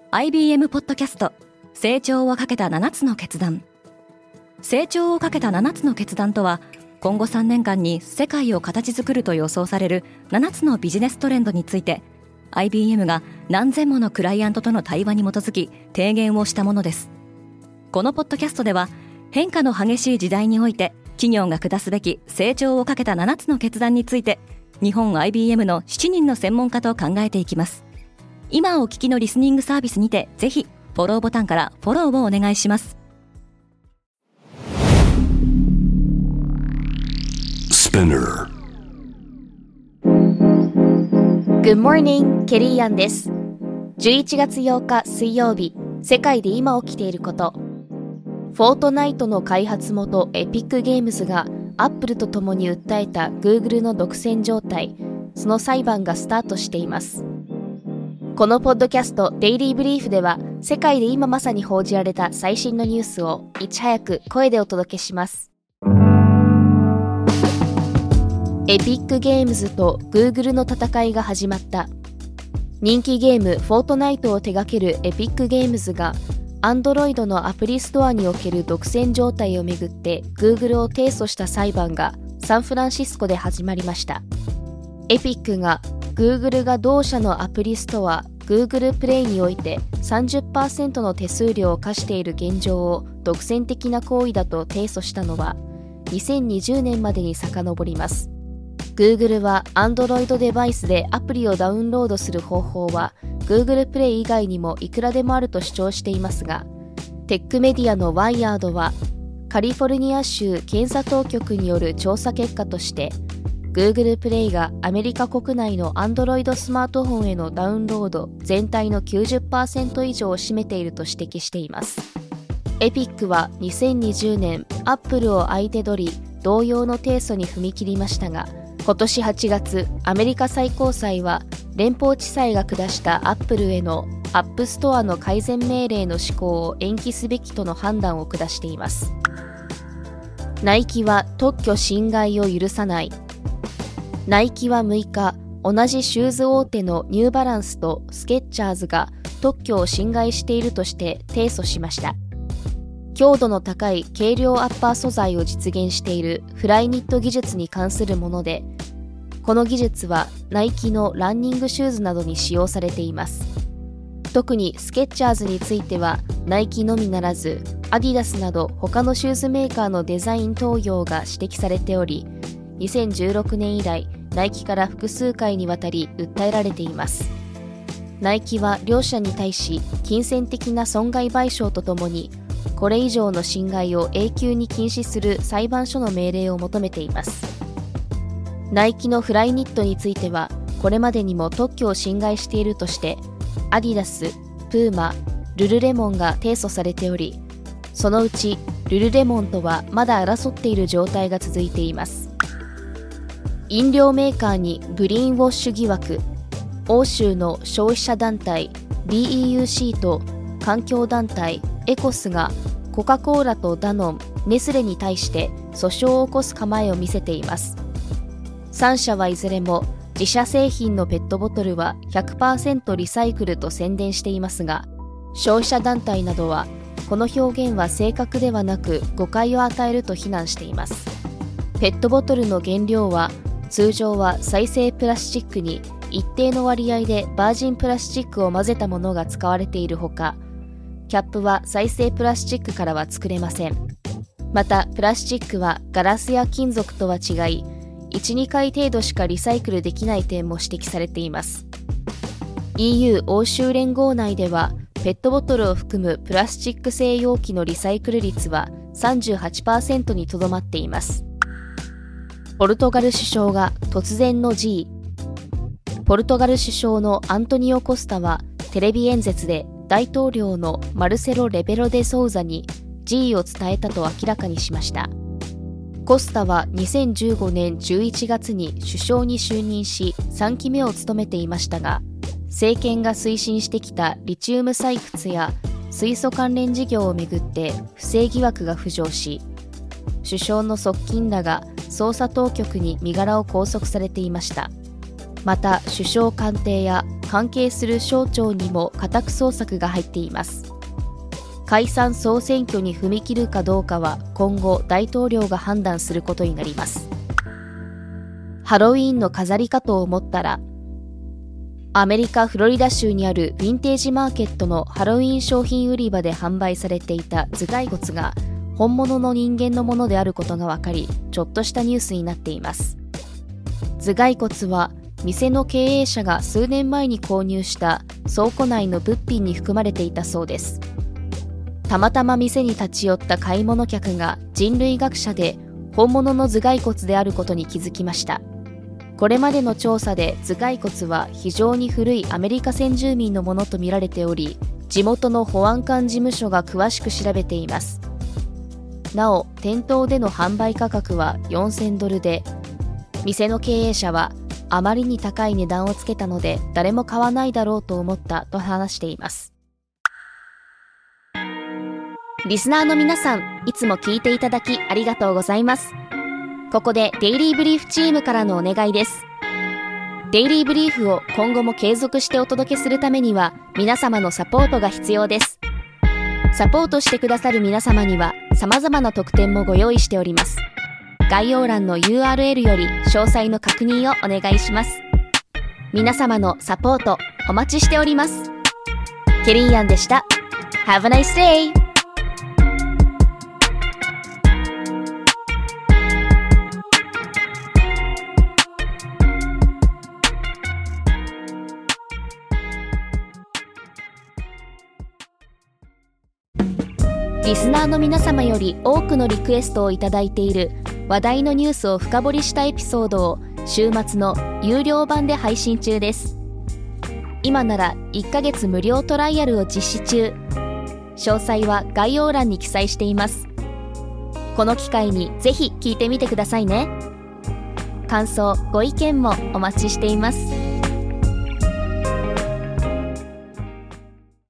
IBM ポッドキャスト成長をかけた7つの決断。成長をかけた7つの決断とは、今後3年間に世界を形作ると予想される7つのビジネストレンドについて IBM が何千ものクライアントとの対話に基づき提言をしたものです。このポッドキャストでは、変化の激しい時代において企業が下すべき成長をかけた7つの決断について、日本 IBM の7人の専門家と考えていきます。今お聞きのリスニングサービスにて、ぜひフォローボタンからフォローをお願いします。 Good morning, ケリーアンです。11月8日水曜日、世界で今起きていること。フォートナイトの開発元エピックゲームズがアップルと共に訴えた Google の独占状態、その裁判がスタートしています。このポッドキャストデイリーブリーフでは、世界で今まさに報じられた最新のニュースをいち早く声でお届けします。エピックゲームズと Google の戦いが始まった。人気ゲームフォートナイトを手掛けるエピックゲームズが Android のアプリストアにおける独占状態をめぐって Google を提訴した裁判がサンフランシスコで始まりました。エピックが Google が同社のアプリストア Google プレイにおいて 30% の手数料を課している現状を独占的な行為だと提訴したのは2020年までに遡ります。Google は Android デバイスでアプリをダウンロードする方法は Google プレイ以外にもいくらでもあると主張していますが、テックメディアのワイヤードはカリフォルニア州検査当局による調査結果として、Google プレイがアメリカ国内の Android スマートフォンへのダウンロード全体の 90% 以上を占めていると指摘しています。エピックは2020年 Apple を相手取り同様の提訴に踏み切りましたが、今年8月アメリカ最高裁は連邦地裁が下したアップルへのアップストアの改善命令の施行を延期すべきとの判断を下しています。ナイキは特許侵害を許さない。ナイキは6日、同じシューズ大手のニューバランスとスケッチャーズが特許を侵害しているとして提訴しました。強度の高い軽量アッパー素材を実現しているフライニット技術に関するもので、この技術はナイキのランニングシューズなどに使用されています。特にスケッチャーズについてはナイキのみならずアディダスなど他のシューズメーカーのデザイン盗用が指摘されており、2016年以来ナイキから複数回にわたり訴えられています。ナイキは両社に対し金銭的な損害賠償とともに、これ以上の侵害を永久に禁止する裁判所の命令を求めています。ナイキのフライニットについてはこれまでにも特許を侵害しているとしてアディダス、プーマ、ルルレモンが提訴されており、そのうちルルレモンとはまだ争っている状態が続いています。飲料メーカーにグリーンウォッシュ疑惑。欧州の消費者団体 BEUC と環境団体エコスがコカ・コーラとダノン、ネスレに対して訴訟を起こす構えを見せています。3社はいずれも自社製品のペットボトルは 100% リサイクルと宣伝していますが、消費者団体などはこの表現は正確ではなく誤解を与えると非難しています。ペットボトルの原料は通常は再生プラスチックに一定の割合でバージンプラスチックを混ぜたものが使われているほか、キャップは再生プラスチックからは作れません。またプラスチックはガラスや金属とは違い、1、2回程度しかリサイクルできない点も指摘されています。 EU 欧州連合内ではペットボトルを含むプラスチック製容器のリサイクル率は 38% にとどまっています。ポルトガル首相が突然の辞意。ポルトガル首相のアントニオ・コスタはテレビ演説で大統領のマルセロ・レベロ・デ・ソウザに辞意を伝えたと明らかにしました。コスタは2015年11月に首相に就任し3期目を務めていましたが、政権が推進してきたリチウム採掘や水素関連事業をめぐって不正疑惑が浮上し、首相の側近らが捜査当局に身柄を拘束されていました。また首相官邸や関係する省庁にも家宅捜索が入っています。解散総選挙に踏み切るかどうかは今後大統領が判断することになります。ハロウィーンの飾りかと思ったら、アメリカ・フロリダ州にあるヴィンテージマーケットのハロウィーン商品売り場で販売されていた頭蓋骨が本物の人間のものであることが分かり、ちょっとしたニュースになっています。頭蓋骨は店の経営者が数年前に購入した倉庫内の物品に含まれていたそうです。たまたま店に立ち寄った買い物客が人類学者で本物の頭蓋骨であることに気づきました。これまでの調査で頭蓋骨は非常に古いアメリカ先住民のものとみられており、地元の保安官事務所が詳しく調べています。なお、店頭での販売価格は$4000で、店の経営者はあまりに高い値段をつけたので誰も買わないだろうと思ったと話しています。リスナーの皆さん、いつも聞いていただきありがとうございます。ここでデイリーブリーフチームからのお願いです。デイリーブリーフを今後も継続してお届けするためには皆様のサポートが必要です。サポートしてくださる皆様には様々な特典もご用意しております。概要欄の URL より詳細の確認をお願いします。皆様のサポートお待ちしております。ケリーアンでした。Have a nice day! リスナーの皆様より多くのリクエストをいただいている話題のニュースを深掘りしたエピソードを週末の有料版で配信中です。今なら1ヶ月無料トライアルを実施中。詳細は概要欄に記載しています。この機会にぜひ聞いてみてくださいね。感想、ご意見もお待ちしています。